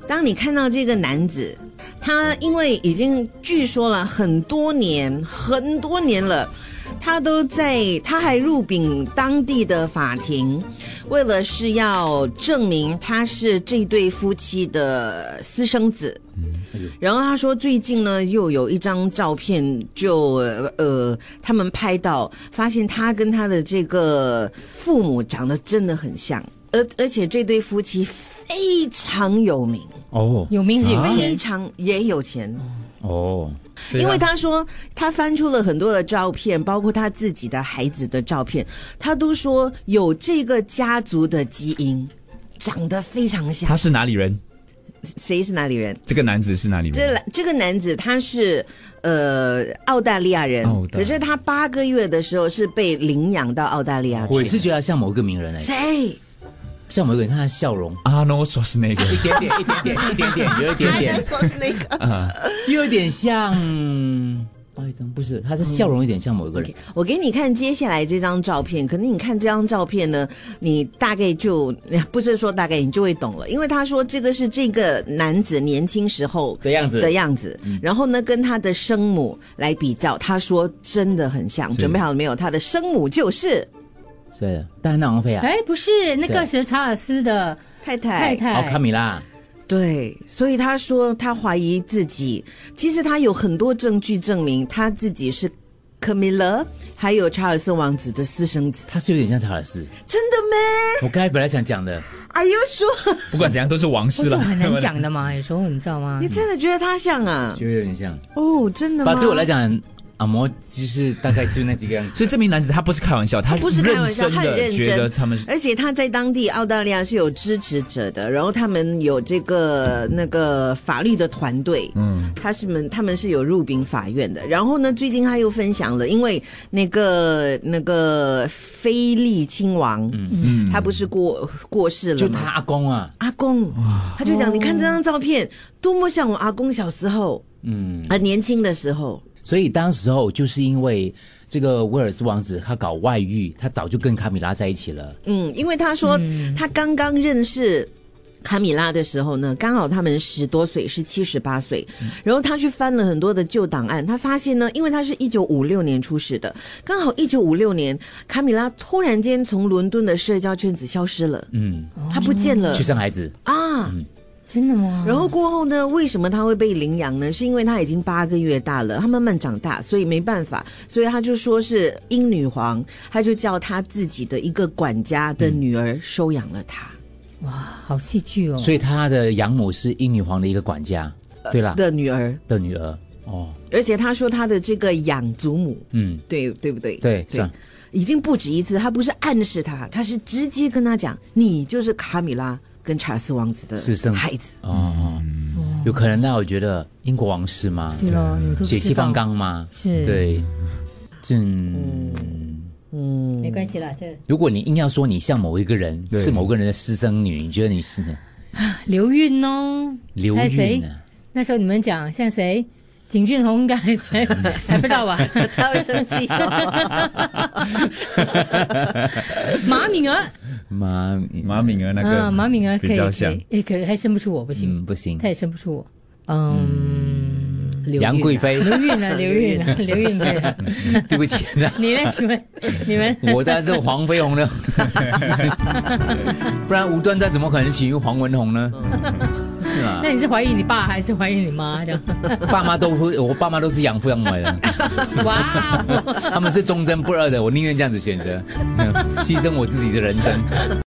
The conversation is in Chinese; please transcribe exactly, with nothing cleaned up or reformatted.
当你看到这个男子，他因为已经据说了很多年很多年了，他都在，他还入禀当地的法庭，为了是要证明他是这对夫妻的私生子。然后他说最近呢又有一张照片就呃他们拍到发现他跟他的这个父母长得真的很像，而而且这对夫妻非常有名哦， 有名是有钱， 非常也有钱哦。 因为他说他翻出了很多的照片，包括他自己的孩子的照片，他都说有这个家族的基因，长得非常像。 他是哪里人？ 谁是哪里人？ 这个男子是哪里人？ 这这个男子他是呃澳大利亚人，可是他八个月的时候是被领养到澳大利亚去。 我也是觉得他像某个名人来。 谁？ 像某一个人，看他笑容， 阿诺说是那个， 一点点，一点点，一点点，有一点点， 说是那个， 啊，又有点像拜登，不是，他的笑容有点像某一个人。 Okay, 我给你看接下来这张照片，可能你看这张照片呢，你大概就不是说大概你就会懂了，因为他说这个是这个男子年轻时候的样子的样子，嗯、然后呢跟他的生母来比较，他说真的很像。准备好了没有？他的生母就是。 是戴安娜王妃啊？ 哎，不是，那个是查尔斯的太太， 太太， 哦，卡米拉。 对，所以他说他怀疑自己，其实他有很多证据证明他自己是卡米拉还有查尔斯王子的私生子。 他是有点像查尔斯， 真的咩？ 我刚才本来想讲的。 Are you sure？ 不管怎样都是王室了， 这种很难讲的嘛，有时候你知道吗？ 你真的觉得他像啊？ 觉得有点像哦，真的吗？ 对我来讲。阿摩就是大概就那几个样子， 所以这名男子他不是开玩笑，他不是开玩笑，他很认真， 觉得他们， 而且他在当地澳大利亚是有支持者的，然后他们有这个那个法律的团队，嗯，他是们他们是有入禀法院的。然后呢，最近他又分享了，因为那个那个菲利亲王，嗯，他不是过过世了吗？ 就他阿公啊， 阿公，他就讲，你看这张照片，多么像我阿公小时候，嗯，啊，年轻的时候。 所以当时候就是因为这个威尔斯王子他搞外遇，他早就跟卡米拉在一起了。 嗯，因为他说、嗯、他刚刚认识卡米拉的时候呢，刚好他们十多岁，是七十八岁。然后他去翻了很多的旧档案，他发现呢，因为他是一九五六年出世的，刚好一九五六年卡米拉突然间从伦敦的社交圈子消失了。嗯，他不见了， 去生孩子啊。 嗯， 真的吗？ 然后过后呢，为什么他会被领养呢？是因为他已经八个月大了，他慢慢长大，所以没办法，所以他就说是英女皇，他就叫他自己的一个管家的女儿收养了他。 嗯、哇，好戏剧哦！ 所以他的养母是英女皇的一个管家，对啦， 的女儿的女儿哦。 而且他说他的这个养祖母，嗯，对对不对？ 对，是、啊。 已经不止一次，他不是暗示他，他是直接跟他讲，你就是卡米拉跟查尔斯王子的孩子哦，嗯、有可能那我觉得英国王室嘛， 对咯， 血气方刚嘛， 是， 对，嗯嗯，没关系啦。这如果你硬要说你像某一个人，是某个人的私生女，你觉得你是呢？ 刘韵哦， 刘韵啊， 那时候你们讲像谁？景俊宏应该还还不到吧？ 他会生气、哦。 马敏儿， 马马敏儿那个、 嗯，马敏儿比较像， 哎，可还生不出我，不行， 嗯，不行， 他也生不出我。嗯， 杨贵妃， 刘韵啊，刘韵啊，刘韵可以了。 对不起， 你呢？请问你们？ 我当然是黄飞鸿了，不然吴端端怎么可能娶黄文宏呢？是啊， 那你是怀疑你爸还是怀疑你妈？这样， 爸妈都会，我爸妈都是养父养母的。 哇， 他们是忠贞不二的，我宁愿这样子选择，牺牲我自己的人生。